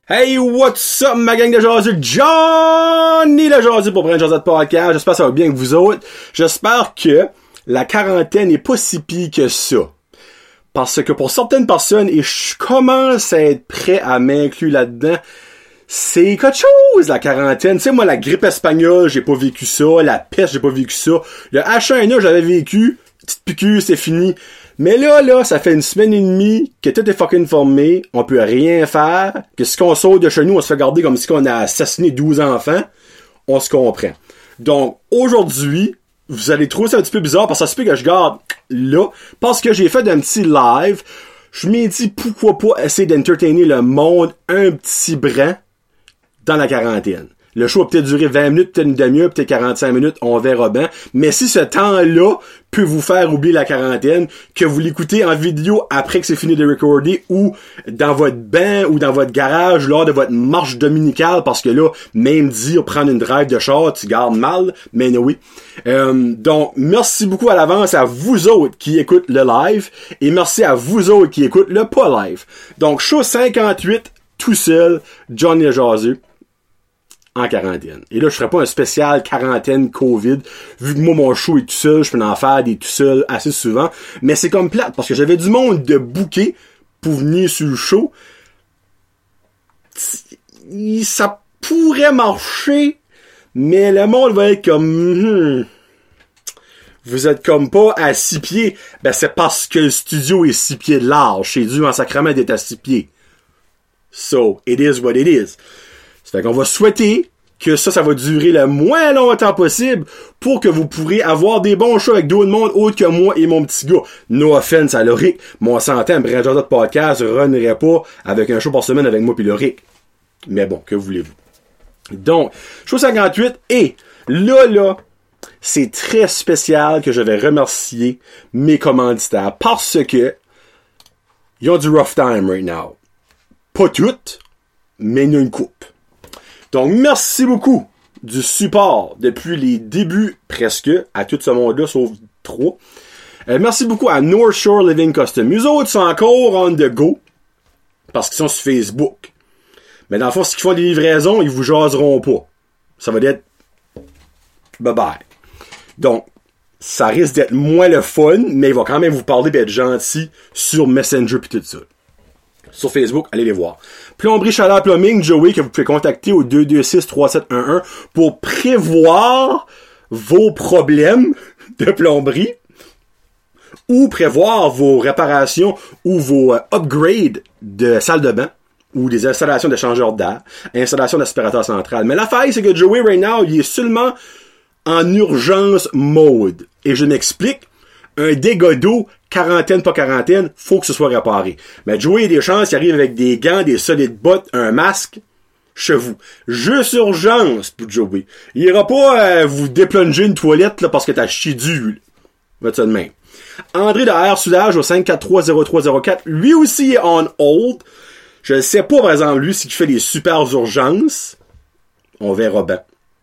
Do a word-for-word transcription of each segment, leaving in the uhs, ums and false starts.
Hey, what's up, ma gang de jaseux? Johnny le jaseux pour Brand Josette Podcast. J'espère que ça va bien avec vous autres. J'espère que la quarantaine n'est pas si pire que ça. Parce que pour certaines personnes, et je commence à être prêt à m'inclure là-dedans, c'est quelque chose, la quarantaine. Tu sais, moi, la grippe espagnole, j'ai pas vécu ça. La peste, j'ai pas vécu ça. Le H un N A, j'avais vécu. Petite piqûre, c'est fini. Mais là, là, ça fait une semaine et demie que tout est fucking formé, on peut rien faire, que si on sort de chez nous, on se fait garder comme si on a assassiné douze enfants, on se comprend. Donc, aujourd'hui, vous allez trouver ça un petit peu bizarre, parce que ça se peut que je garde là, parce que j'ai fait un petit live, je m'ai dit pourquoi pas essayer d'entertainer le monde un petit brin dans la quarantaine. Le show va peut-être durer vingt minutes, peut-être une demi-heure, peut-être quarante-cinq minutes, on verra bien. Mais si ce temps-là peut vous faire oublier la quarantaine, que vous l'écoutez en vidéo après que c'est fini de recorder, ou dans votre bain, ou dans votre garage, lors de votre marche dominicale, parce que là, même dire prendre une drive de char, tu gardes mal, mais non, oui. Euh, donc, merci beaucoup à l'avance à vous autres qui écoutent le live, et merci à vous autres qui écoutent le pas live. Donc, show cinquante-huit, tout seul, Johnny le jaseux. En quarantaine. Et là, je ferai pas un spécial quarantaine COVID, vu que moi, mon show est tout seul, je peux en faire des tout seul assez souvent. Mais c'est comme plate, parce que j'avais du monde de booker pour venir sur le show. Ça pourrait marcher, mais le monde va être comme... Hmm, vous êtes comme pas à six pieds. Ben, c'est parce que le studio est six pieds de large. C'est dû en sacrament d'être à six pieds. So, it is what it is. Ça fait qu'on va souhaiter que ça, ça va durer le moins longtemps possible pour que vous pourrez avoir des bons shows avec d'autres mondes autres que moi et mon petit gars. No offense à Loric. Moi, on s'entend, Brand Josette Podcast runnerait pas avec un show par semaine avec moi pis Loric. Mais bon, que voulez-vous. Donc, show cinquante-huit, et là, là, c'est très spécial que je vais remercier mes commanditaires parce que ils ont du rough time right now. Pas toutes, mais il y a une coupe. Donc, merci beaucoup du support depuis les débuts, presque, à tout ce monde-là, sauf trois. Euh, merci beaucoup à North Shore Living Custom. Eux autres sont encore on the go, parce qu'ils sont sur Facebook. Mais dans le fond, si ils font des livraisons, ils vous jaseront pas. Ça va être bye-bye. Donc, ça risque d'être moins le fun, mais ils vont quand même vous parler d'être gentils sur Messenger pis tout ça. Sur Facebook, allez les voir. Plomberie Chaleur Plumbing, Joey, que vous pouvez contacter au deux deux six trois sept un un pour prévoir vos problèmes de plomberie ou prévoir vos réparations ou vos euh, upgrades de salle de bain ou des installations d'échangeurs d'air, installation d'aspirateur central. Mais l'affaire, c'est que Joey, right now, il est seulement en urgence mode. Et je m'explique. Un dégât d'eau, quarantaine, pas quarantaine, faut que ce soit réparé. Mais Joey, il y a des chances qu'il arrive avec des gants, des solides bottes, un masque, chez vous. Juste urgence pour Joey. Il ira pas euh, vous déplonger une toilette là, parce que t'as chié du. Va ça de même. André de Air Soudage au cinq quatre trois zéro trois zéro quatre, lui aussi est on hold. Je ne sais pas, par exemple, lui, s'il fait des super urgences. On verra bien.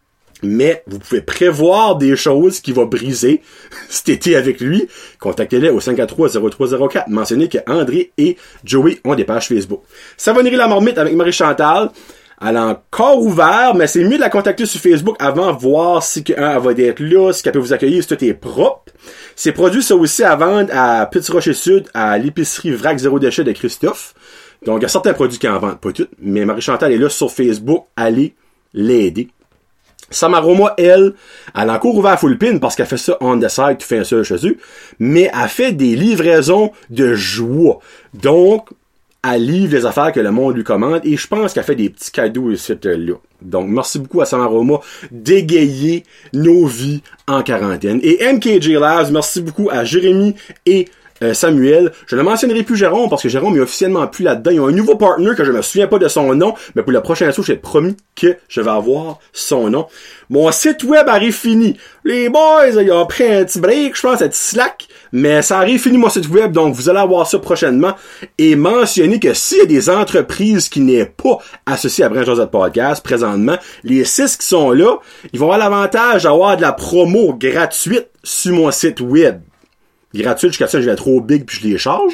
Mais vous pouvez prévoir des choses qui vont briser cet été avec lui. Contactez-les au cinq quatre trois zéro trois zéro quatre. Mentionnez que André et Joey ont des pages Facebook. Savonnerie La Marmite avec Marie-Chantal. Elle est encore ouverte, mais c'est mieux de la contacter sur Facebook avant de voir si un, elle va être là, si elle peut vous accueillir, si tout est propre. Ces produits sont aussi à vendre à Petit Rocher Sud, à l'épicerie Vrac Zéro Déchet de Christophe. Donc, il y a certains produits qui en vendent, pas toutes. Mais Marie-Chantal est là sur Facebook. Allez l'aider. Samaroma, elle, elle a encore ouvert à full pin parce qu'elle fait ça on the side, tu fais un seul chez eux, mais elle fait des livraisons de joie. Donc, elle livre les affaires que le monde lui commande et je pense qu'elle fait des petits cadeaux ici là. Donc, merci beaucoup à Samaroma d'égayer nos vies en quarantaine. Et M K J Labs, merci beaucoup à Jérémy et Euh, Samuel. Je ne mentionnerai plus Jérôme parce que Jérôme est officiellement plus là-dedans. Ils ont un nouveau partner que je me souviens pas de son nom, mais pour le prochain show, j'ai promis que je vais avoir son nom. Mon site web arrive fini. Les boys, ils ont pris un petit break, je pense, à Slack, mais ça arrive fini mon site web, donc vous allez avoir ça prochainement. Et mentionner que s'il y a des entreprises qui n'est pas associées à Brand Josette Podcast présentement, les six qui sont là, ils vont avoir l'avantage d'avoir de la promo gratuite sur mon site web. Gratuit jusqu'à ça, je vais trop big puis je les charge.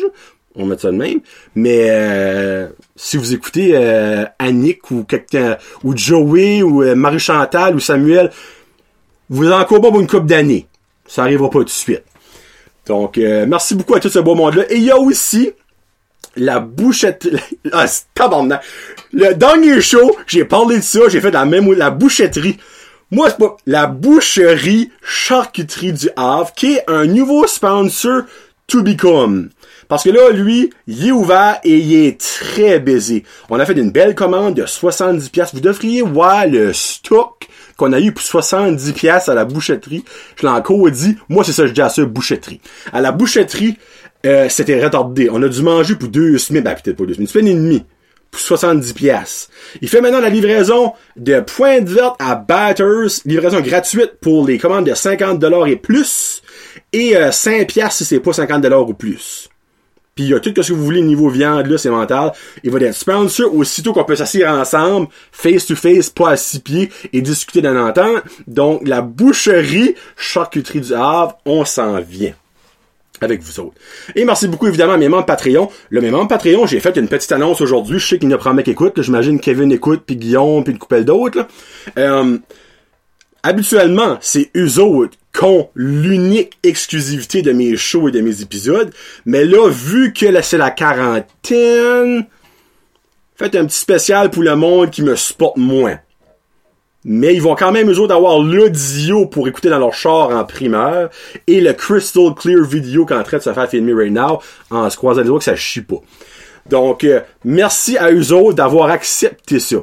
On met ça de même. Mais euh, si vous écoutez euh, Annick ou quelqu'un, ou Joey ou euh, Marie-Chantal ou Samuel, vous en encore pas pour une couple d'années. Ça arrivera pas tout de suite. Donc, euh, merci beaucoup à tout ce beau monde-là. Et il y a aussi la bouchetterie. Ah, c'est tabarnak. Le dernier show, j'ai parlé de ça, j'ai fait la même la bouchetterie. Moi, c'est pas la boucherie charcuterie du Havre, qui est un nouveau sponsor to become. Parce que là, lui, il est ouvert et il est très baisé. On a fait une belle commande de soixante-dix piastres. Vous devriez voir le stock qu'on a eu pour soixante-dix piastres à la bouchetterie. Je l'ai encore dit. Moi, c'est ça, je dis à ça, bouchetterie. À la bouchetterie, euh, c'était retardé. On a dû manger pour deux semaines. Ben, peut-être pas deux semaines. Une semaine et demie. Pour soixante-dix piastres. Il fait maintenant la livraison de Pointe Verte à Batters. Livraison gratuite pour les commandes de cinquante dollars et plus. Et euh, cinq piastres si c'est pas cinquante dollars ou plus. Puis il y a tout ce que vous voulez niveau viande, là, c'est mental. Il va être sponsor aussitôt qu'on peut s'asseoir ensemble, face to face, pas à six pieds, et discuter d'un entente. Donc, la boucherie charcuterie du Havre, on s'en vient. Avec vous autres. Et merci beaucoup, évidemment, à mes membres Patreon. Le mes membres Patreon, j'ai fait une petite annonce aujourd'hui. Je sais qu'il y en a pas mec écoute, là. J'imagine Kevin écoute, puis Guillaume, puis une couple d'autres, là. Euh, habituellement, c'est eux autres qui ont l'unique exclusivité de mes shows et de mes épisodes. Mais là, vu que là, c'est la quarantaine, faites un petit spécial pour le monde qui me supporte moins. Mais ils vont quand même, eux autres, avoir l'audio pour écouter dans leur char en primeur et le crystal clear vidéo qui est en train de se faire filmer right now en se croisant les doigts que ça chie pas. Donc, euh, merci à eux autres d'avoir accepté ça.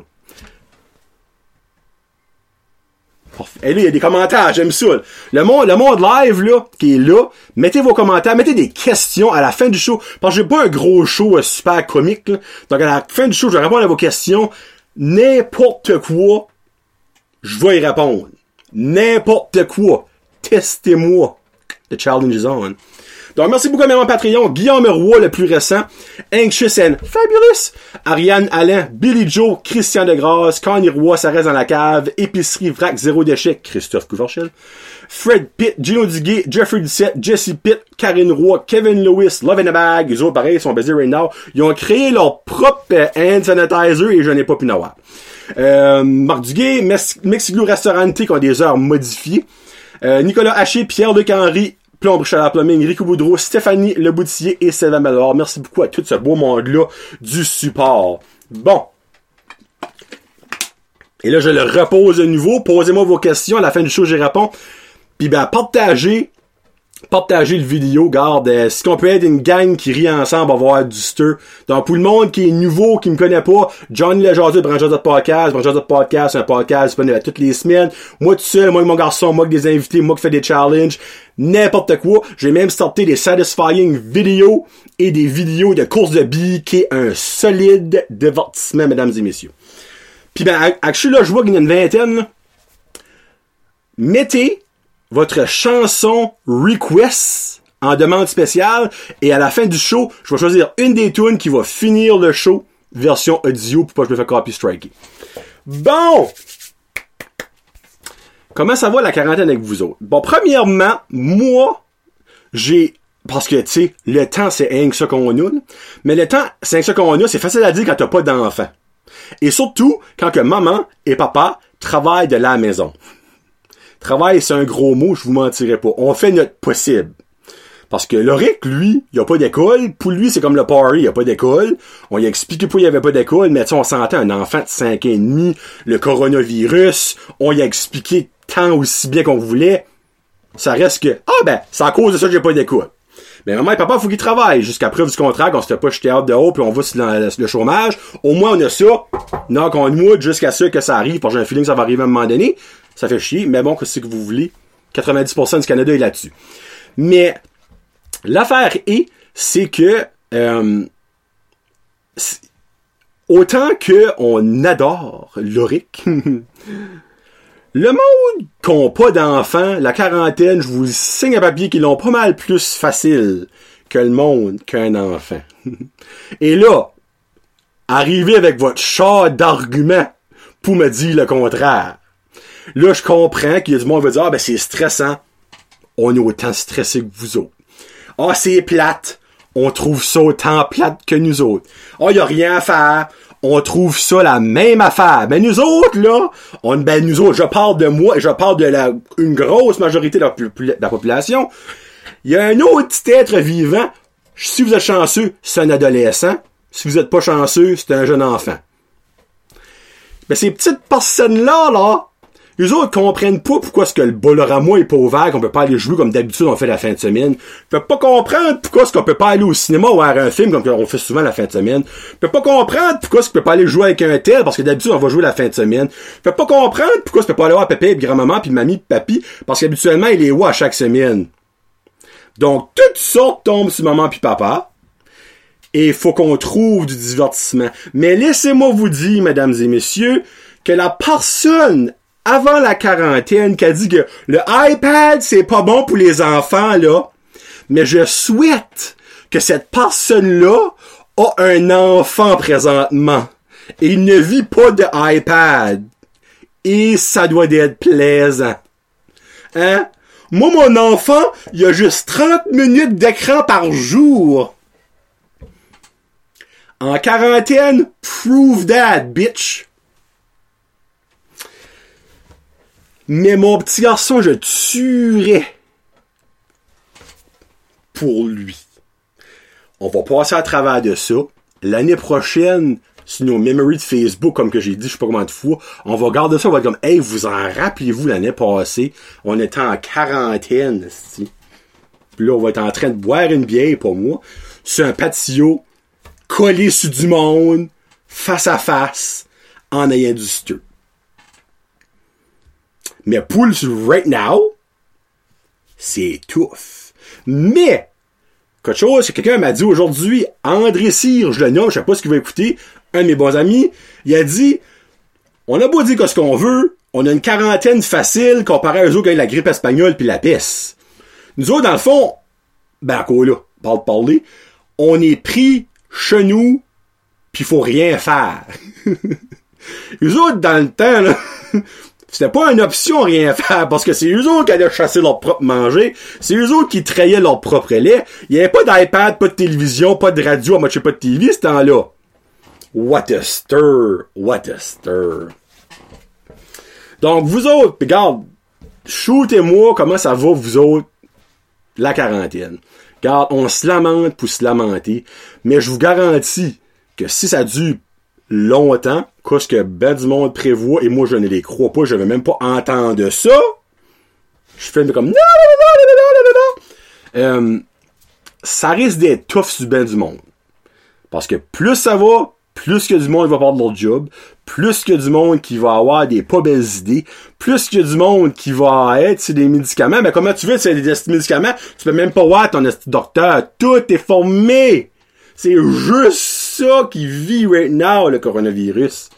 Et là, il y a des commentaires, j'aime ça. Le monde, le monde live, là, qui est là, mettez vos commentaires, mettez des questions à la fin du show. Parce que j'ai pas un gros show euh, super comique, là. Donc, à la fin du show, je vais répondre à vos questions. N'importe quoi, je vais y répondre. N'importe quoi. Testez-moi. The challenge is on. Donc, merci beaucoup à mes membres Patreon. Guillaume Roy, le plus récent. Anxious and Fabulous. Ariane Alain. Billy Joe. Christian Degrasse. Connie Roy, ça reste dans la cave. Épicerie Vrac Zéro Déchet. Christophe Couverchel. Fred Pitt. Gino Duguay. Jeffrey Ducette. Jesse Pitt. Karine Roy. Kevin Lewis. Love in a Bag. Les autres, pareil, ils sont busy right now. Ils ont créé leur propre hand sanitizer et je n'ai pas pu n'avoir. Euh, Marc Duguay. Mexiglou Restaurante qui ont des heures modifiées. Euh, Nicolas Haché. Pierre-Luc Henry. Plomb Richard Plumbing, Rico Boudreau, Stéphanie Leboutier et Sylvain Mellor. Merci beaucoup à tout ce beau monde-là du support. Bon. Et là, je le repose de nouveau. Posez-moi vos questions. À la fin du show, j'y réponds. Puis ben, partagez. Partagez le vidéo. Garde, euh, si on peut être une gang qui rit ensemble, on va avoir du stir. Donc, pour le monde qui est nouveau, qui me connaît pas, Johnny le Jaseux, Branchard Podcast. Branchard Podcast, c'est un podcast disponible à toutes les semaines. Moi tout seul, moi et mon garçon, moi avec des invités, moi qui fais des challenges. N'importe quoi. J'ai même starté des satisfying vidéos et des vidéos de course de billes qui est un solide divertissement, mesdames et messieurs. Puis ben, à, à, je suis là, je vois qu'il y a une vingtaine, là. Mettez votre chanson request en demande spéciale et à la fin du show, je vais choisir une des tunes qui va finir le show version audio pour pas que je me fasse copy striker. Bon! Comment ça va la quarantaine avec vous autres? Bon, premièrement, moi, j'ai... Parce que, tu sais, le temps, c'est rien que ça qu'on a. Mais le temps, c'est rien que ça qu'on a, c'est facile à dire quand t'as pas d'enfant. Et surtout, quand que maman et papa travaillent de la maison. Travail, c'est un gros mot, je vous mentirai pas. On fait notre possible. Parce que Loric, lui, il a pas d'école. Pour lui, c'est comme le Party, il a pas d'école. On lui a expliqué pourquoi il y avait pas d'école, mais tu sais, on s'entend, un enfant de cinq ans et demi, le coronavirus, on lui a expliqué tant aussi bien qu'on voulait. Ça reste que, ah ben, c'est à cause de ça que j'ai pas d'école. Mais maman et papa, faut qu'ils travaillent. Jusqu'à preuve du contraire, qu'on se fait pas jeter hors de haut, puis on va sur le chômage. Au moins, on a ça. Donc, on mood jusqu'à ce que ça arrive, parce que j'ai un feeling que ça va arriver à un moment donné. Ça fait chier, mais bon, qu'est-ce que vous voulez? quatre-vingt-dix pour cent du Canada est là-dessus. Mais, l'affaire est, c'est que, euh, c'est, autant que on adore Loric, le monde qui n'a pas d'enfants, la quarantaine, je vous signe à papier qu'ils l'ont pas mal plus facile que le monde qu'un enfant. Et là, arrivez avec votre char d'arguments pour me dire le contraire. Là, je comprends qu'il y a du monde qui va dire, ah ben c'est stressant. On est autant stressé que vous autres. Ah, c'est plate. on trouve ça autant plate que nous autres. Oh, y a rien à faire. On trouve ça la même affaire. Ben, nous autres, là, on, ben, nous autres, je parle de moi, et je parle de la, une grosse majorité de la, de la population. Il y a un autre petit être vivant. Si vous êtes chanceux, c'est un adolescent. Si vous êtes pas chanceux, c'est un jeune enfant. Ben, ces petites personnes-là, là, eux autres comprennent pas pourquoi est-ce que le Bolorama est pas ouvert, qu'on peut pas aller jouer comme d'habitude on fait la fin de semaine. Ils peuvent pas comprendre pourquoi est-ce qu'on peut pas aller au cinéma ou voir un film comme on fait souvent la fin de semaine. Ils peuvent pas comprendre pourquoi est-ce qu'on peut pas aller jouer avec un tel parce que d'habitude on va jouer la fin de semaine. Ils peuvent pas comprendre pourquoi est-ce qu'on peut pas aller voir pépé, puis grand-maman, puis mamie, puis papy parce qu'habituellement il est où à chaque semaine. Donc toutes sortes tombent sur maman puis papa. Et il faut qu'on trouve du divertissement. Mais laissez-moi vous dire, mesdames et messieurs, que la personne avant la quarantaine qui a dit que le iPad, c'est pas bon pour les enfants, là. Mais je souhaite que cette personne-là a un enfant présentement. Et il ne vit pas de iPad. Et ça doit être plaisant. Hein? Moi, mon enfant, il a juste trente minutes d'écran par jour. En quarantaine, prove that, bitch. Mais mon petit garçon, je tuerais pour lui. On va passer à travers de ça. L'année prochaine, sur nos memories de Facebook, comme que j'ai dit, je sais pas comment de fois, on va garder ça, on va être comme, hey, vous en rappelez-vous l'année passée? On était en quarantaine, c'ti. Puis là, on va être en train de boire une bière, pas moi, sur un patio, collé sur du monde, face à face, en ayant du stew. Mais pour le right now, c'est tough. Mais, quelque chose, quelqu'un m'a dit aujourd'hui, André Cyr, je le nomme, je sais pas ce qu'il va écouter, un de mes bons amis, il a dit, on a beau dire que ce qu'on veut, on a une quarantaine facile comparé à eux autres qui ont la grippe espagnole puis la peste. Nous autres, dans le fond, ben, quoi là, parle de parler, on est pris chez nous, pis faut rien faire. Eux autres, dans le temps, là, c'était pas une option rien faire, parce que c'est eux autres qui allaient chasser leur propre manger, c'est eux autres qui traillaient leur propre lait, il y avait pas d'iPad, pas de télévision, pas de radio, à moitié pas de T V, ce temps-là. What a stir, what a stir. Donc, vous autres, regarde, shootez-moi comment ça va, vous autres, la quarantaine. Regarde, on se lamente pour se lamenter, mais je vous garantis que si ça dure longtemps, qu'est-ce que ben du monde prévoit, et moi je ne les crois pas, je ne veux même pas entendre ça, je fais comme non, non, non, non, non, non, non. Euh, ça risque d'être tough sur ben du monde. Parce que plus ça va, plus que du monde va perdre leur job, plus que du monde qui va avoir des pas belles idées, plus que du monde qui va être sur des médicaments. Mais comment tu veux, c'est des médicaments, tu peux même pas voir ton docteur, tout est formé. C'est juste ça qui vit right now, le coronavirus.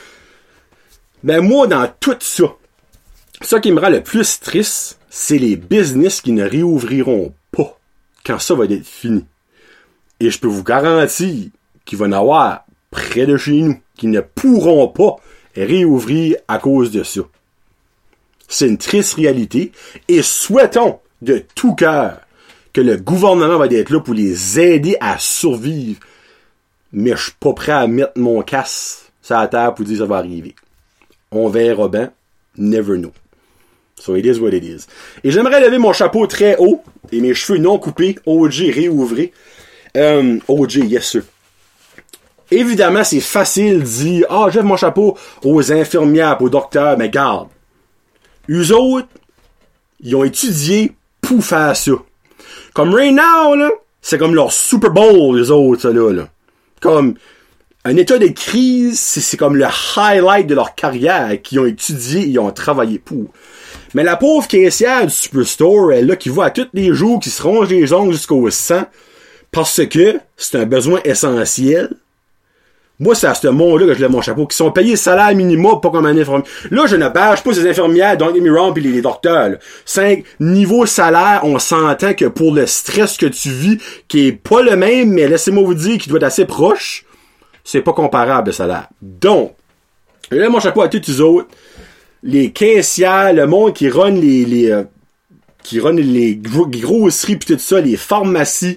Ben moi, dans tout ça, ça qui me rend le plus triste, c'est les business qui ne réouvriront pas quand ça va être fini. Et je peux vous garantir qu'il va y en avoir près de chez nous qui ne pourront pas réouvrir à cause de ça. C'est une triste réalité et souhaitons de tout cœur que le gouvernement va être là pour les aider à survivre. Mais je suis pas prêt à mettre mon casse sur la terre pour dire ça va arriver. On verra bien. Never know. So it is what it is. Et j'aimerais lever mon chapeau très haut et mes cheveux non coupés, O G réouvrés. Euh, O G, yes sir. Évidemment, c'est facile de dire, ah, je lève mon chapeau aux infirmières, aux docteurs, mais garde. Eux autres, ils ont étudié pour faire ça. Comme right now, là, c'est comme leur Super Bowl, les autres, ça, là, là. Comme, un état de crise, c'est, c'est comme le highlight de leur carrière qu'ils ont étudié et ils ont travaillé pour. Mais la pauvre caissière du Superstore, elle, là, qui voit à tous les jours, qui se ronge les ongles jusqu'au sang, parce que c'est un besoin essentiel. Moi, c'est à ce monde-là que je lève mon chapeau, qui sont payés salaire minimum, pas comme un infirmier. Là, je ne bâche pas ces infirmières, don't get me wrong, pis les, les docteurs, là. Cinq, niveau salaire, on s'entend que pour le stress que tu vis, qui est pas le même, mais laissez-moi vous dire qu'il doit être assez proche, c'est pas comparable, le salaire. Donc, je lève mon chapeau à tous les autres, les caissières, le monde qui run les, les, euh, qui run les, gro- les grosseries pis tout ça, les pharmacies,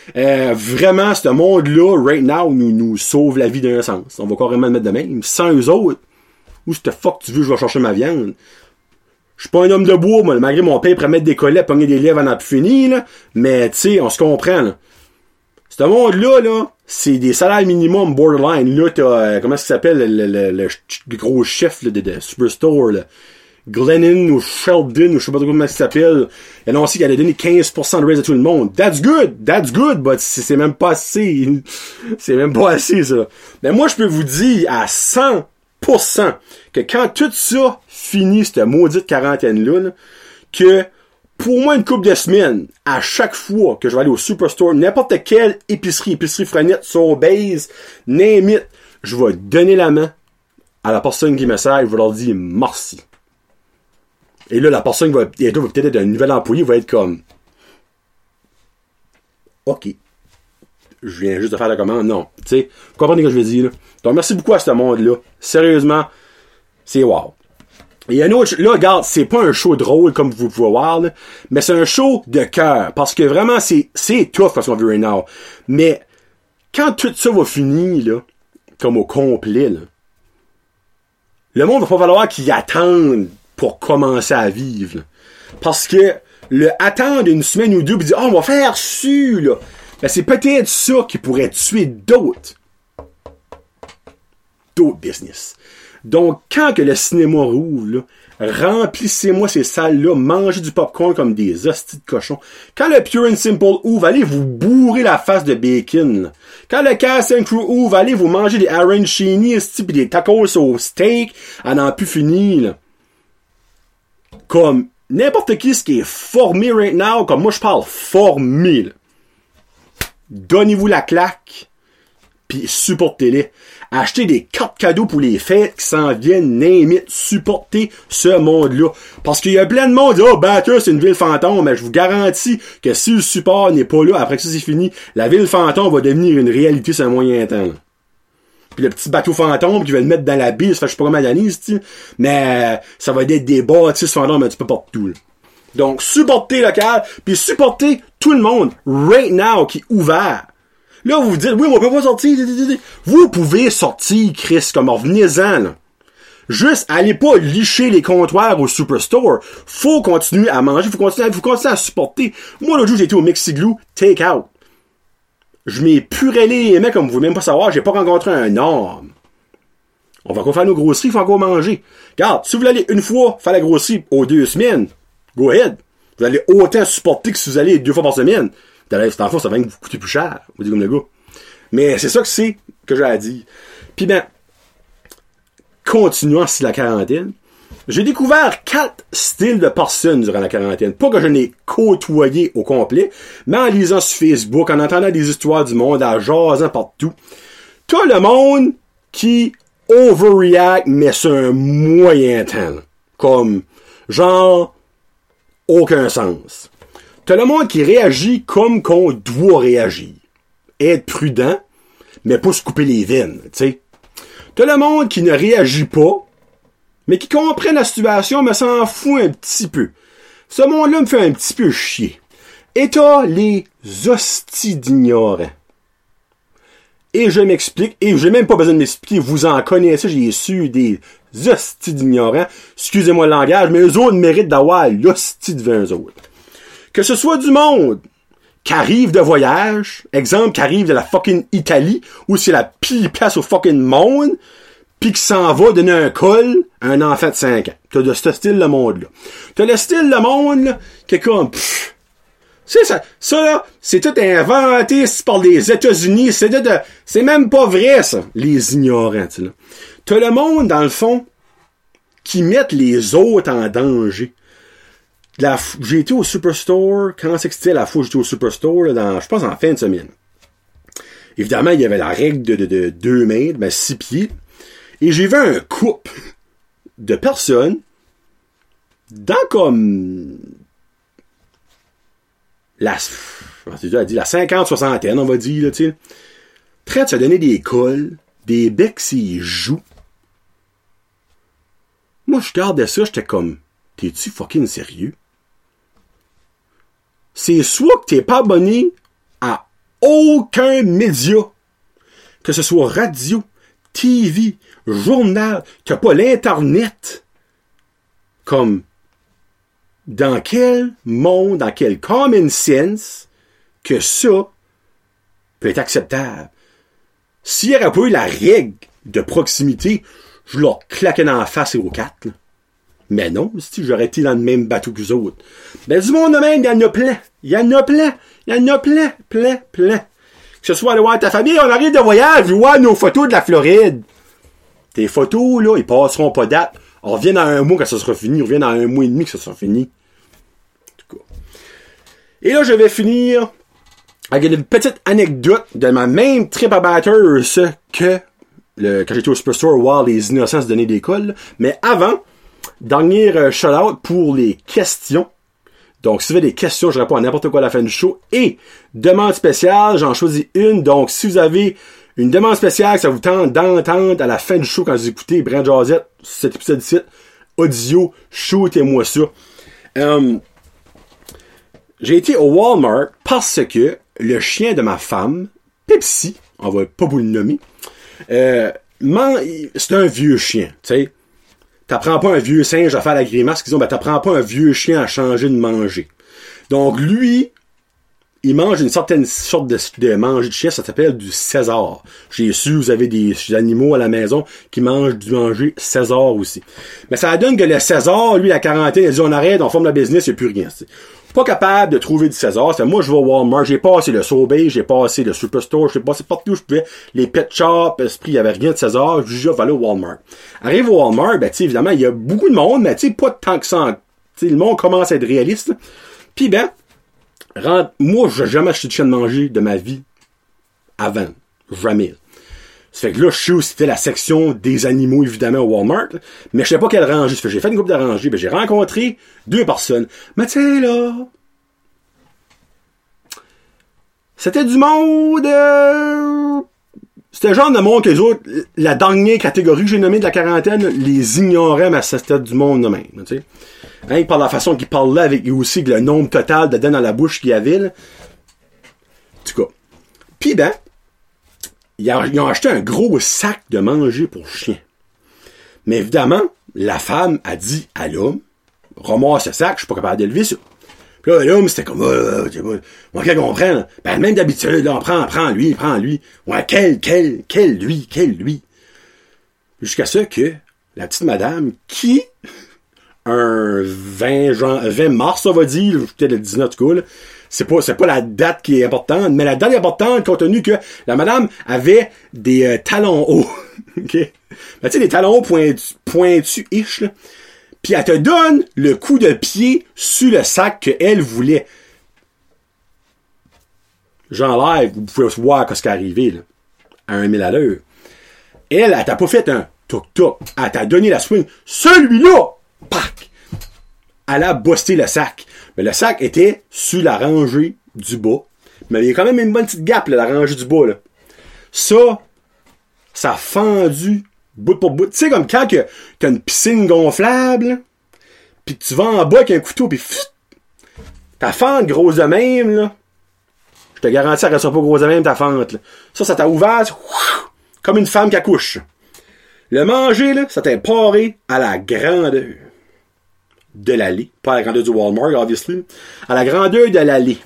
Euh, vraiment, ce monde-là, right now, nous, nous sauve la vie d'un sens. On va carrément le mettre de même. Sans eux autres, où ce fuck tu veux, je vais chercher ma viande. Je suis pas un homme de bois, moi, malgré mon père pour mettre des collets, pogner des lèvres en a plus fini, là. Mais, tu sais, on se comprend, là. Ce monde-là, là, c'est des salaires minimum borderline. Là, t'as, euh, comment ça s'appelle, le, le, le, le, le gros chef, là, de, de Superstore, là. Glennon ou Sheldon, ou je sais pas trop comment ça s'appelle. Il a annoncé qu'il allait donner quinze pour cent de raise à tout le monde. That's good! That's good! But c'est, c'est même pas assez. C'est même pas assez, ça. Mais moi, je peux vous dire à cent pour cent que quand tout ça finit, cette maudite quarantaine-là, là, que pour moi, une couple de semaines, à chaque fois que je vais aller au Superstore, n'importe quelle épicerie, épicerie Frenette, Sobeys, name it, je vais donner la main à la personne qui me sert, je vais leur dire merci. Et là, la personne qui va, et toi, va peut-être être un nouvel employé, va être comme, OK. Je viens juste de faire la commande. Non. Tu sais, vous comprenez ce que je veux dire, là. Donc, merci beaucoup à ce monde-là. Sérieusement, c'est wow. Et un autre, là, regarde, c'est pas un show drôle comme vous pouvez voir, là, mais c'est un show de cœur. Parce que vraiment, c'est, c'est tough parce qu'on veut right now. Mais, quand tout ça va finir, là, comme au complet, là, le monde va pas falloir qu'il attende pour commencer à vivre, là. Parce que, le attendre une semaine ou deux pis dire, oh, on va faire su, là. Ben, c'est peut-être ça qui pourrait tuer d'autres. D'autres business. Donc, quand que le cinéma rouvre, là, remplissez-moi ces salles-là, mangez du popcorn comme des hosties de cochons. Quand le Pure and Simple ouvre, allez vous bourrer la face de bacon, là. Quand le Cast and Crew ouvre, allez vous manger des arancini, pis des tacos au steak, à n'en plus finir, là. Comme n'importe qui, ce qui est formé right now, comme moi je parle formé, là. Donnez-vous la claque, puis supportez-les. Achetez des cartes cadeaux pour les fêtes qui s'en viennent, name it, supportez ce monde-là. Parce qu'il y a plein de monde qui dit, oh, Bathurst, c'est une ville fantôme, mais je vous garantis que si le support n'est pas là, après que ça c'est fini, la ville fantôme va devenir une réalité sur un moyen temps, là. Puis le petit bateau fantôme qui va le mettre dans la bise, fait je sais pas comment d'années, mais euh, ça va être des bâtisses fantômes un petit peu partout, là. Donc, supportez local, puis supportez tout le monde, right now, qui est ouvert. Là, vous vous dites, oui, mais on peut pas sortir. Vous pouvez sortir, Chris, comme revenez-en, là. Juste, allez pas licher les comptoirs au Superstore. Faut continuer à manger, faut continuer à, faut continuer à supporter. Moi, l'autre jour, j'étais au Mexiglou, take out. Je m'ai purélé les mecs, comme vous voulez même pas savoir, j'ai pas rencontré un homme. On va encore faire nos grosseries, il faut encore manger. Regarde, si vous allez une fois faire la grosserie aux deux semaines, go ahead. Vous allez autant supporter que si vous allez deux fois par semaine. C'est en fait, ça va vous coûter plus cher. Vous dites comme le gars. Mais c'est ça que c'est que j'ai à dire. Puis ben, continuant sur la quarantaine, j'ai découvert quatre styles de personnes durant la quarantaine. Pas que je n'ai côtoyé au complet, mais en lisant sur Facebook, en entendant des histoires du monde, en jasant partout. T'as le monde qui overreact, mais sur un moyen temps. Là. Comme, genre, aucun sens. T'as le monde qui réagit comme qu'on doit réagir. Être prudent, mais pas se couper les veines, tu sais. T'as le monde qui ne réagit pas, mais qui comprend la situation, mais s'en fout un petit peu. Ce monde-là me fait un petit peu chier. Et t'as les hosties d'ignorants. Et je m'explique, et j'ai même pas besoin de m'expliquer, vous en connaissez, j'ai su des hosties d'ignorants. Excusez-moi le langage, mais eux autres méritent d'avoir l'hostie devant eux autres. Que ce soit du monde qui arrive de voyage, exemple, qui arrive de la fucking Italie, où c'est la pire place au fucking monde, pis qui s'en va donner un col à un enfant de cinq ans. T'as de ce style de monde-là. T'as le style de monde, là, qui est comme, pfff, c'est ça, ça, là, c'est tout inventé par les États-Unis, c'est de, de, c'est même pas vrai, ça, les ignorants, tu sais, là. T'as le monde, dans le fond, qui mettent les autres en danger. La, j'ai été au Superstore, quand c'est que c'était la fois que j'étais au Superstore, là, dans, je pense en fin de semaine. Évidemment, il y avait la règle de, de, de deux mètres, ben six pieds. Et j'ai vu un couple de personnes dans comme la, je dit, la cinquante soixantaine, on va dire, là, tu sais, prêt de se donner des cols, des becs s'ils jouent. Moi, je regardais ça, j'étais comme, t'es-tu fucking sérieux? C'est soit que t'es pas abonné à aucun média, que ce soit radio, T V, journal, qui n'a pas l'Internet, comme dans quel monde, dans quel common sense que ça peut être acceptable. S'il n'y aurait pas eu la règle de proximité, je leur claquais dans la face et aux quatre. Là. Mais non, si j'aurais été dans le même bateau que vous autres. Ben, du monde de même, il y en a plein. Il y en a plein. Il y en a plein, plein, plein. Que ce soit aller voir ta famille, on arrive de voyage, voir nos photos de la Floride. Tes photos, là, ils passeront pas date. On revient dans un mois quand ça sera fini. On revient dans un mois et demi que ça sera fini. En tout cas. Et là, je vais finir avec une petite anecdote de ma même trip à Bathurst que le, quand j'étais au Superstore, voir les innocents se donner des cols. Mais avant, dernier euh, shout-out pour les questions. Donc, si vous avez des questions, je réponds à n'importe quoi à la fin du show. Et, demande spéciale, j'en choisis une. Donc, si vous avez une demande spéciale que ça vous tente d'entendre à la fin du show quand vous écoutez Brand Jazette, cet épisode ici, audio, shootez-moi ça. Um, j'ai été au Walmart parce que le chien de ma femme, Pepsi, on va pas vous le nommer, euh, man, c'est un vieux chien, tu sais. T'apprends pas un vieux singe à faire la grimace, qu'ils ont, ben t'apprends pas un vieux chien à changer de manger. Donc lui, il mange une certaine sorte de, de manger de chien, ça s'appelle du César. J'ai su, vous avez des animaux à la maison qui mangent du manger César aussi. Mais ça donne que le César, lui, la quarantaine, il a dit on arrête, on forme la business, il n'y a plus rien. T'sais. Pas capable de trouver du César. C'est moi, je vais au Walmart, j'ai passé le Sobeys, j'ai passé le Superstore, j'ai passé partout où je pouvais, les pet shops, esprit, il y avait rien de César, je dis, je vais aller au Walmart. Arrive au Walmart, ben, tu sais, évidemment, il y a beaucoup de monde, mais tu sais, pas tant que ça. Tu sais, le monde commence à être réaliste. Puis ben, rentre, moi, j'ai jamais acheté de chien de manger de ma vie avant. Jamais. Ça fait que là, je sais où c'était la section des animaux, évidemment, au Walmart, là, mais je sais pas quelle rangée. Ça fait que j'ai fait une couple de rangées, ben, j'ai rencontré deux personnes. Mais tu sais, là, c'était du monde, euh, c'était le genre de monde que les autres, la dernière catégorie que j'ai nommée de la quarantaine, les ignoraient, mais c'était du monde de même, tu sais. Hein, par la façon qu'il parlait avec aussi le nombre total de dents dans la bouche qu'il y avait, là. En tout cas. Puis ben, ils ont acheté un gros sac de manger pour chien. Mais évidemment, la femme a dit à l'homme, ramasse ce sac, je suis pas capable d'élever ça. Puis là, l'homme, c'était comme, euh, euh, moi, qu'elle comprenne. Ben, même d'habitude, là, on prend, prend lui, prend lui. Ouais, quel, quel, quel lui, quel lui. Jusqu'à ce que la petite madame, qui, un vingt, jan- vingt mars, on va dire, peut-être le dix-neuf, en tout cas, là, c'est pas, c'est pas la date qui est importante, mais la date est importante compte tenu que la madame avait des euh, talons hauts. OK? Ben, tu sais, des talons hauts pointus, pointus-ish, là. Puis elle te donne le coup de pied sur le sac qu'elle voulait. J'enlève, vous pouvez voir ce qui est arrivé, là. À un mille à l'heure. Elle, elle t'a pas fait un toc-toc. Elle t'a donné la swing. Celui-là! Pac! Elle a busté le sac. Mais le sac était sur la rangée du bas. Mais il y a quand même une bonne petite gap, là, la rangée du bas, là. Ça, ça a fendu bout pour bout. Tu sais, comme quand que t'as une piscine gonflable, pis tu vas en bas avec un couteau, pis pfff, ta fente grosse de même, là. Je te garantis, elle restera pas grosse de même, ta fente, là. Ça, ça t'a ouvert, ouf, comme une femme qui accouche. Le manger, là, ça t'a paré à la grandeur de l'allée. Pas à la grandeur du Walmart, obviously. À la grandeur de l'allée.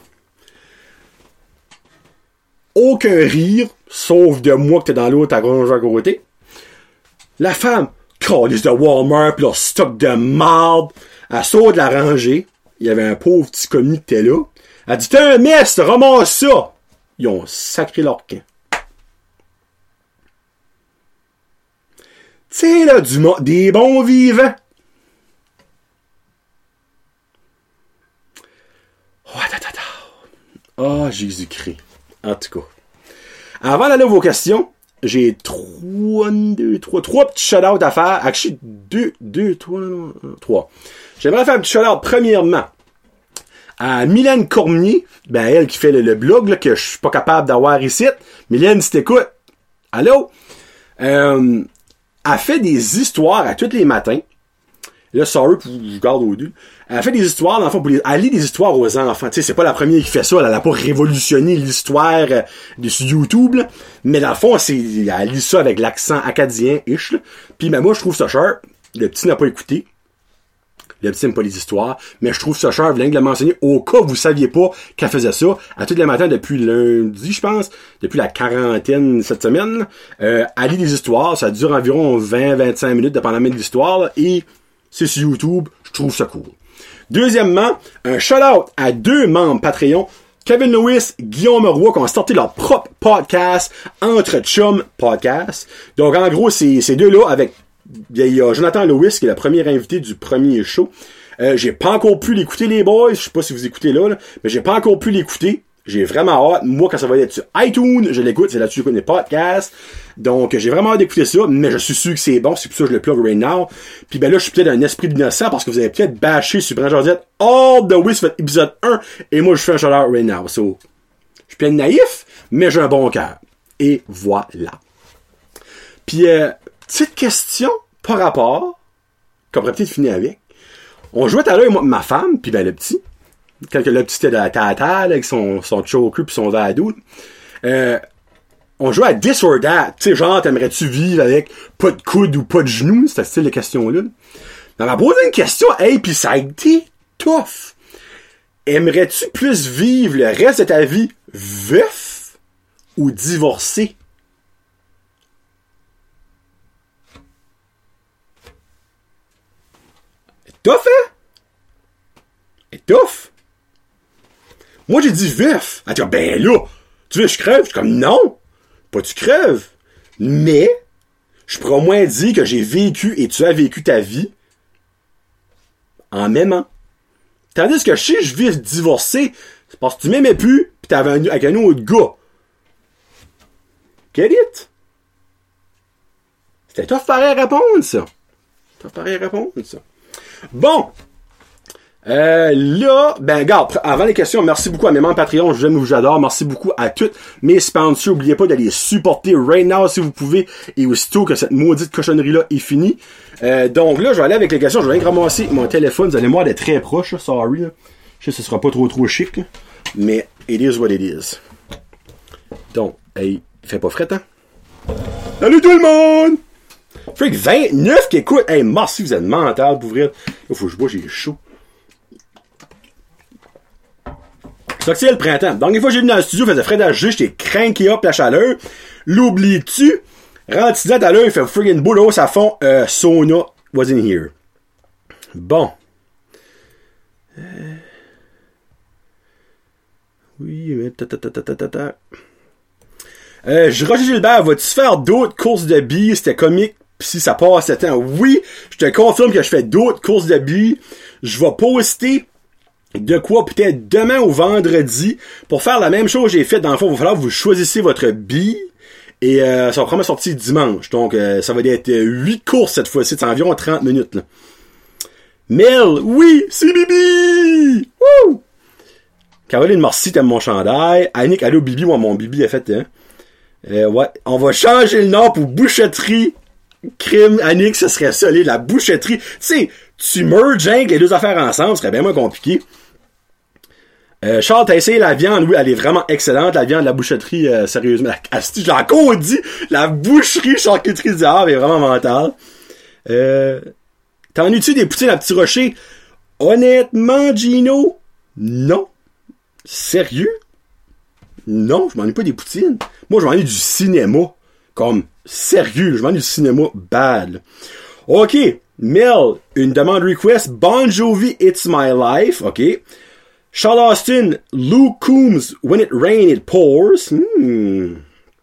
Aucun rire, sauf de moi que t'es dans l'autre à rangée à côté. La femme, calice de Walmart, pis leur stock de marde, elle sort de la rangée. Il y avait un pauvre petit commis qui était là. Elle dit, t'es un mess, ramasse ça! Ils ont sacré leur camp. Tu sais, là, du mo- des bons vivants. Oh, tatata. Oh, Jésus-Christ. En tout cas. Avant d'aller vos questions, j'ai trois, deux, trois, trois petits shout-outs à faire. Actually, deux, deux, trois, non, trois. J'aimerais faire un petit shout-out, premièrement, à Mylène Cormier, ben, elle qui fait le, le blog, là, que je suis pas capable d'avoir ici. Mylène, si t'écoutes, allô? Euh, elle fait des histoires à tous les matins. Là, sorry, pour je garde au deux. Elle fait des histoires, dans le fond, pour les, elle lit des histoires aux enfants. Tu sais, c'est pas la première qui fait ça. Elle a pas révolutionné l'histoire euh, de sur YouTube, là. Mais dans le fond, c'est, elle lit ça avec l'accent acadien-ish, là. Puis, ben, moi, je trouve ça sharp. Le petit n'a pas écouté. Le petit n'aime pas les histoires. Mais je trouve ça sharp. Je viens de le mentionner. Au cas où vous saviez pas qu'elle faisait ça, à tous les matins depuis lundi, je pense, depuis la quarantaine cette semaine, euh, elle lit des histoires. Ça dure environ vingt à vingt-cinq minutes, dépendamment de l'histoire, là, et c'est sur YouTube, je trouve ça cool. Deuxièmement, un shout-out à deux membres Patreon, Kevin Lewis, Guillaume Roy, qui ont starté leur propre podcast, Entre Chum Podcast. Donc, en gros, c'est ces deux-là, avec, il y a Jonathan Lewis, qui est le premier invité du premier show. Euh, j'ai pas encore pu l'écouter, les boys, je sais pas si vous écoutez là, là mais j'ai pas encore pu l'écouter. J'ai vraiment hâte. Moi, quand ça va être sur iTunes, je l'écoute. C'est là-dessus que j'écoute les podcasts. Donc, j'ai vraiment hâte d'écouter ça. Mais je suis sûr que c'est bon. C'est pour ça que je le plug right now. Puis ben là, je suis peut-être un esprit d'innocent parce que vous avez peut-être bâché sur Brand Jardette all the way sur votre épisode un. Et moi, je fais un shout-out right now. So, je suis plein de naïf, mais j'ai un bon cœur. Et voilà. Puis, euh, petite question par rapport, qu'on pourrait peut-être finir avec. On jouait tout à l'heure, moi, ma femme, puis ben le petit. Quand le petit était de la tata, avec son, son choker pis son vadou, euh, on jouait à This or That. Tu sais, genre, t'aimerais-tu vivre avec pas de coude ou pas de genou? C'était style de question-là. On m'a posé une question, hey, pis ça a été tough. Aimerais-tu plus vivre le reste de ta vie veuf ou divorcé? Tough, hein? Et tough. Moi, j'ai dit veuf. Elle dit, ben là, tu veux que je crève? Je suis comme, non, pas tu crèves. Mais, je pourrais au moins dire que j'ai vécu et tu as vécu ta vie en m'aimant. Tandis que si je vis divorcé, c'est parce que tu m'aimais plus pis t'avais un, avec un autre gars. Get it? C'était tough pareil à répondre, ça. Tough pareil à répondre, ça. Bon. Euh, là, ben, regarde, avant les questions, merci beaucoup à mes membres Patreon, j'aime ou j'adore, merci beaucoup à toutes mes sponsors, n'oubliez pas d'aller supporter right now si vous pouvez, et aussitôt que cette maudite cochonnerie-là est finie. Euh, donc là, je vais aller avec les questions, je vais rien ramasser mon téléphone, vous allez me voir d'être très proche, là, sorry, là. Je sais que ce sera pas trop trop chic, là, mais it is what it is. Donc, hey, il fait pas fret, hein? Salut tout le monde! Freak vingt-neuf qui écoute, hey, merci, vous êtes mental pour ouvrir. Il faut que je bois, j'ai chaud. Ça que c'est le printemps. Donc, une fois que j'ai venu dans le studio, il faisait frais à juger, j'étais cranky up la chaleur. L'oublies-tu? Rendu là, à l'heure, il fait friggin' boulot, oh, ça fond, euh, sauna was in here. Bon. Euh... Oui, mais ta ta ta ta ta ta ta. Euh, Roger Gilbert, vas-tu faire d'autres courses de billes? C'était comique, pis si ça passe ce temps. Oui, je te confirme que je fais d'autres courses de billes. Je vais poster de quoi peut-être demain ou vendredi pour faire la même chose que j'ai fait. Dans le fond, il va falloir que vous choisissez votre bille et euh, ça va probablement sortir dimanche. Donc, euh, ça va être huit courses cette fois-ci. C'est environ trente minutes. Là. Mel, oui, c'est Bibi! Wouh! Caroline Morcy, t'aimes mon chandail. Annick, allô Bibi, moi mon Bibi a fait, hein. Euh, ouais, on va changer le nom pour Bouchetterie Crime. Annick, ce serait solide, la bouchetterie. Tu sais, tu merges hein, les deux affaires ensemble, ce serait bien moins compliqué. Euh, Charles, t'as essayé la viande, oui, elle est vraiment excellente, la viande de la bouchetterie, euh, sérieusement. La, je l'ai encore dit, la boucherie charcuterie du Havre est vraiment mentale. Euh, t'en as-tu des poutines à Petit Rocher? Honnêtement, Gino, non. Sérieux? Non, je m'en ai pas des poutines. Moi, je m'en ai du cinéma. Comme, sérieux, je m'en ai du cinéma bad. OK, Mel, une demande request. Bon Jovi, It's My Life. OK. Charles Austin, Luke Combs, When It Rains, It Pours. Hmm.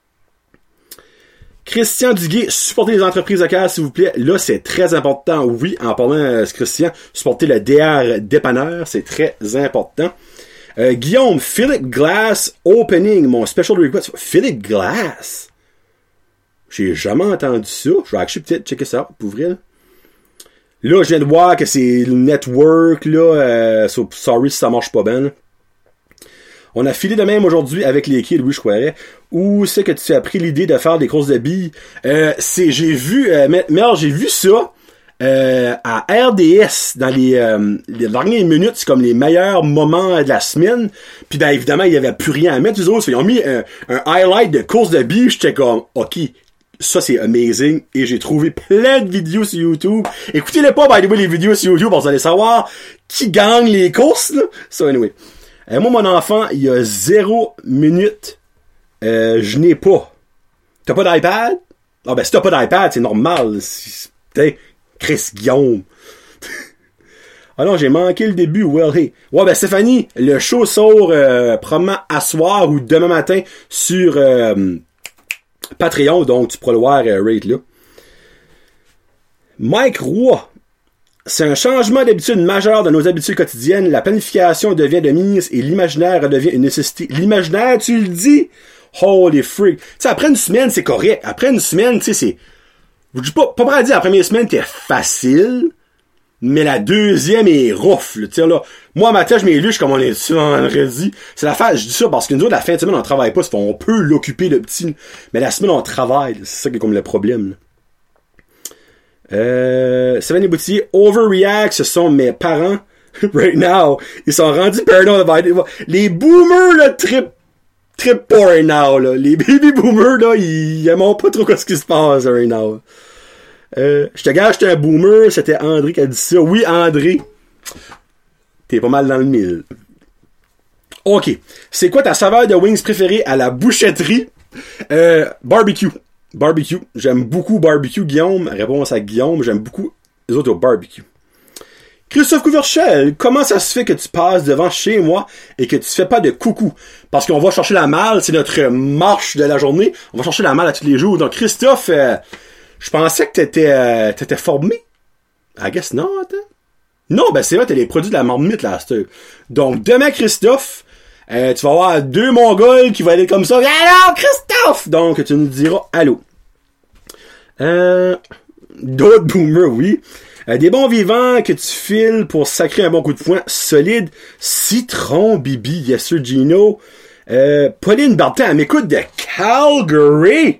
Christian Duguay, supportez les entreprises locales, s'il vous plaît. Là, c'est très important. Oui, en parlant, euh, Christian, supporter le D R dépanneur, c'est très important. Euh, Guillaume, Philip Glass Opening, mon special request. Philip Glass? J'ai jamais entendu ça. Je vais actually peut-être checker ça pour vrai. Là. Là, je viens de voir que c'est le network, là. Euh, so, sorry si ça marche pas bien. Là. On a filé de même aujourd'hui avec les kids, oui, je croirais. Où c'est que tu as pris l'idée de faire des courses de billes? Euh, c'est, j'ai vu, euh, Mel, j'ai vu ça Euh, à R D S, dans les, euh, les dernières minutes, c'est comme les meilleurs moments de la semaine. Puis ben évidemment, il y avait plus rien à mettre, les autres. Ils ont mis un, un highlight de course de billes. J'étais comme, ok, ça c'est amazing. Et j'ai trouvé plein de vidéos sur YouTube. Écoutez-les pas, by the way, les vidéos sur YouTube, pour vous allez savoir qui gagne les courses, là. So anyway. Euh, moi, mon enfant, il y a zéro minute. Euh, je n'ai pas. T'as pas d'iPad? Ah ben si t'as pas d'iPad, c'est normal. T'sais, Chris Guillaume. Ah non, j'ai manqué le début. Well, hey. Ouais, ben Stéphanie, le show sort euh, probablement à soir ou demain matin sur euh, Patreon, donc tu pourras le voir euh, right là. Mike Roy. C'est un changement d'habitude majeur dans nos habitudes quotidiennes. La planification devient de mise et l'imaginaire redevient une nécessité. L'imaginaire, tu le dis? Holy freak. Tu sais, après une semaine, c'est correct. Après une semaine, tu sais, c'est... Je dis pas, pas prêt à dire, la première semaine, t'es facile, mais la deuxième est rough, là. Tu sais, là, moi, matin, je m'ai lu, je suis comme on est dessus vendredi. C'est la fin, je dis ça parce que nous autres, la fin de semaine, on travaille pas, on peut l'occuper, le petit, mais la semaine, on travaille, là. C'est ça qui est comme le problème, là. Euh, Stéphanie Boutier, overreact, ce sont mes parents, right now. Ils sont rendus paranoïdes. Les boomers, là, trip, trip pas right now, là. Les baby boomers, là, ils, ils aiment pas trop ce qui se passe, right now. Euh, je te gage, j'étais un boomer, c'était André qui a dit ça. Oui, André. T'es pas mal dans le mille. Ok. C'est quoi ta saveur de wings préférée à la bouchetterie? Euh, barbecue. Barbecue. J'aime beaucoup barbecue, Guillaume. Réponse à Guillaume. J'aime beaucoup les autres au barbecue. Christophe Couverchel, comment ça se fait que tu passes devant chez moi et que tu fais pas de coucou? Parce qu'on va chercher la malle, c'est notre marche de la journée. On va chercher la malle à tous les jours. Donc, Christophe, euh, je pensais que t'étais, euh, t'étais formé. I guess not. Hein? Non, ben c'est vrai, t'as les produits de la marmite, là, c'est Donc, demain, Christophe, euh, tu vas avoir deux Mongols qui vont aller comme ça. Allô, Christophe! Donc, tu nous diras allô. Euh, d'autres boomers, oui. Euh, des bons vivants que tu files pour sacrer un bon coup de poing solide. Citron, Bibi, yes sir, Gino. Euh, Pauline Bartin, elle m'écoute de Calgary.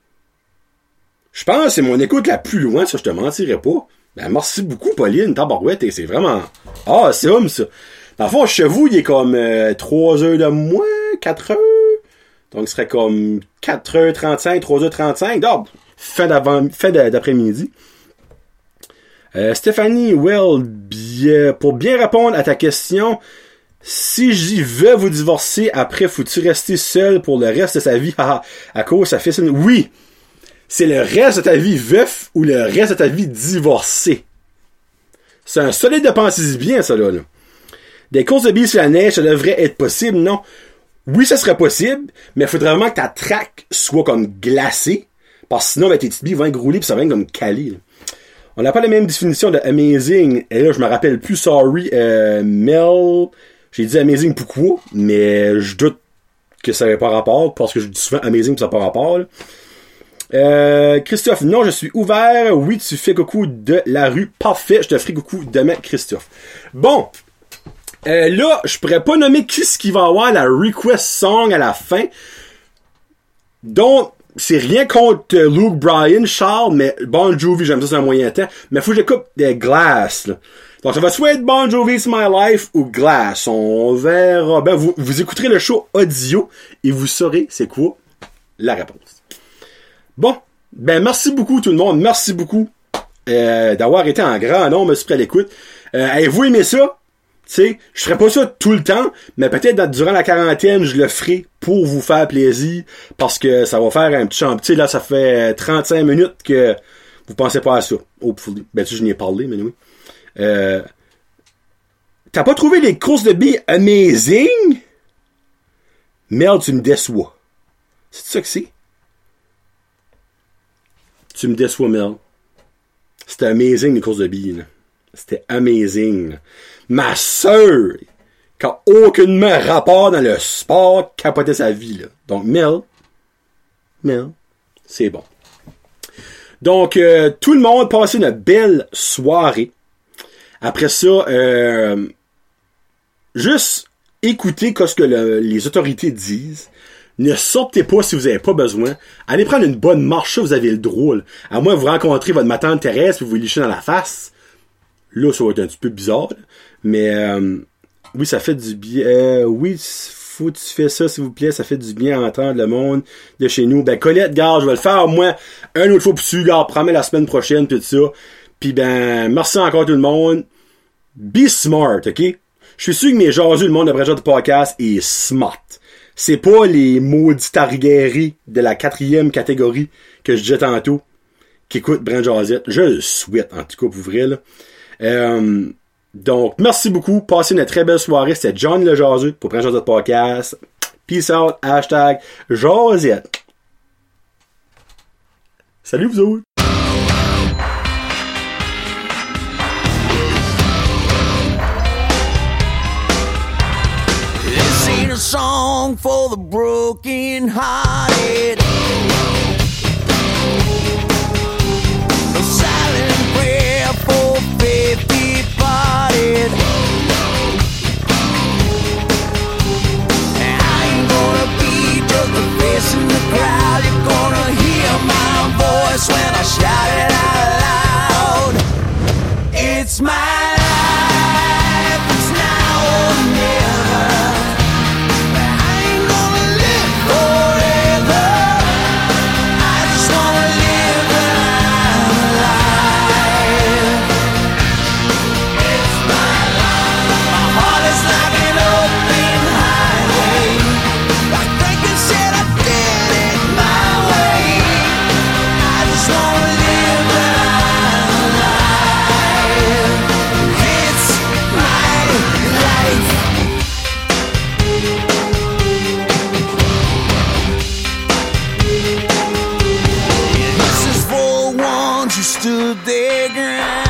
Je pense que c'est mon écoute la plus loin, ça, je te mentirais pas. Ben, merci beaucoup, Pauline, tabarouette, et c'est vraiment... Ah, c'est homme, ça. Dans le fond, chez vous, il est comme euh, trois heures de moins, quatre heures. Donc, ce serait comme quatre heures trente-cinq, trois heures trente-cinq. Donc, fin, d'avant, fin d'après-midi. Euh, Stéphanie, well, bien, pour bien répondre à ta question, si j'y veux vous divorcer, après, faut-tu rester seul pour le reste de sa vie? À cause, ça fait ça. Oui! C'est le reste de ta vie veuf ou le reste de ta vie divorcé. C'est un solide de pensée bien, ça, là, là. Des courses de billes sur la neige, ça devrait être possible, non? Oui, ça serait possible, mais il faudrait vraiment que ta track soit comme glacée, parce que sinon, ben, tes petites billes vont être roulées pis ça va être comme calé, là. On n'a pas la même définition de amazing. Et là, je me rappelle plus, sorry, euh, Mel, j'ai dit amazing pourquoi, mais je doute que ça n'avait pas rapport, parce que je dis souvent amazing pis ça n'a pas rapport, là. Euh, Christophe, non, je suis ouvert. Oui, tu fais coucou de la rue. Parfait, je te ferai coucou demain, Christophe. Bon. Euh, là, je pourrais pas nommer qui ce qui va avoir la request song à la fin. Donc, c'est rien contre Luke Bryan, Charles, mais Bon Jovi, j'aime ça, c'est un moyen temps. Mais faut que j'écoute des Glass, là. Donc, ça va soit être Bon Jovi, It's My Life ou Glass. On verra. Ben, vous, vous écouterez le show audio et vous saurez c'est quoi la réponse. Bon, ben merci beaucoup tout le monde, merci beaucoup euh, d'avoir été en grand nombre, me suis prêt à l'écoute. Euh, avez-vous aimé ça? Tu sais, je ferai pas ça tout le temps, mais peut-être durant la quarantaine, je le ferai pour vous faire plaisir, parce que ça va faire un petit champ. Tu sais, là, ça fait trente-cinq minutes que vous pensez pas à ça. Hopefully. Ben tu sais, je n'y ai parlé, mais oui. Euh, t'as pas trouvé les courses de billes amazing? Merde, tu me déçois. C'est ça que c'est? Tu me déçois, Mel. C'était amazing, les courses de billes, là. C'était amazing, là. Ma sœur, qui a aucunement rapport dans le sport, capotait sa vie, là. Donc, Mel, Mel, c'est bon. Donc, euh, tout le monde passait une belle soirée. Après ça, euh, juste écouter ce que le, les autorités disent. Ne sortez pas si vous avez pas besoin. Allez prendre une bonne marche, ça, vous avez le droit. Là. À moins que vous rencontrez votre ma tante Thérèse et vous vous lichez dans la face. Là, ça va être un petit peu bizarre. Là. Mais euh, oui, ça fait du bien. Euh, oui, faut que tu fais ça, s'il vous plaît. Ça fait du bien à entendre le monde de chez nous. Ben, Colette, gars, je vais le faire au moins une autre fois pour tu, gars. Prends-moi la semaine prochaine, tout ça. Puis ben, merci encore tout le monde. Be smart, OK? Je suis sûr que mes jaseux, le monde de Brandjazz de podcast est smart. C'est pas les maudits targueries de la quatrième catégorie que je disais tantôt qui écoutent Brandjazz. Je le souhaite, en tout cas, pour vrai, là. Euh, donc, merci beaucoup. Passez une très belle soirée. C'était John le jaseux pour Brandjazz de podcast. Peace out. Hashtag Jazette. Salut vous autres. A song for the broken hearted, a silent prayer for faith departed. I ain't gonna be just a face in the crowd. You're gonna hear my voice when I shout it out loud. It's my life, it's now or never. Stood their ground.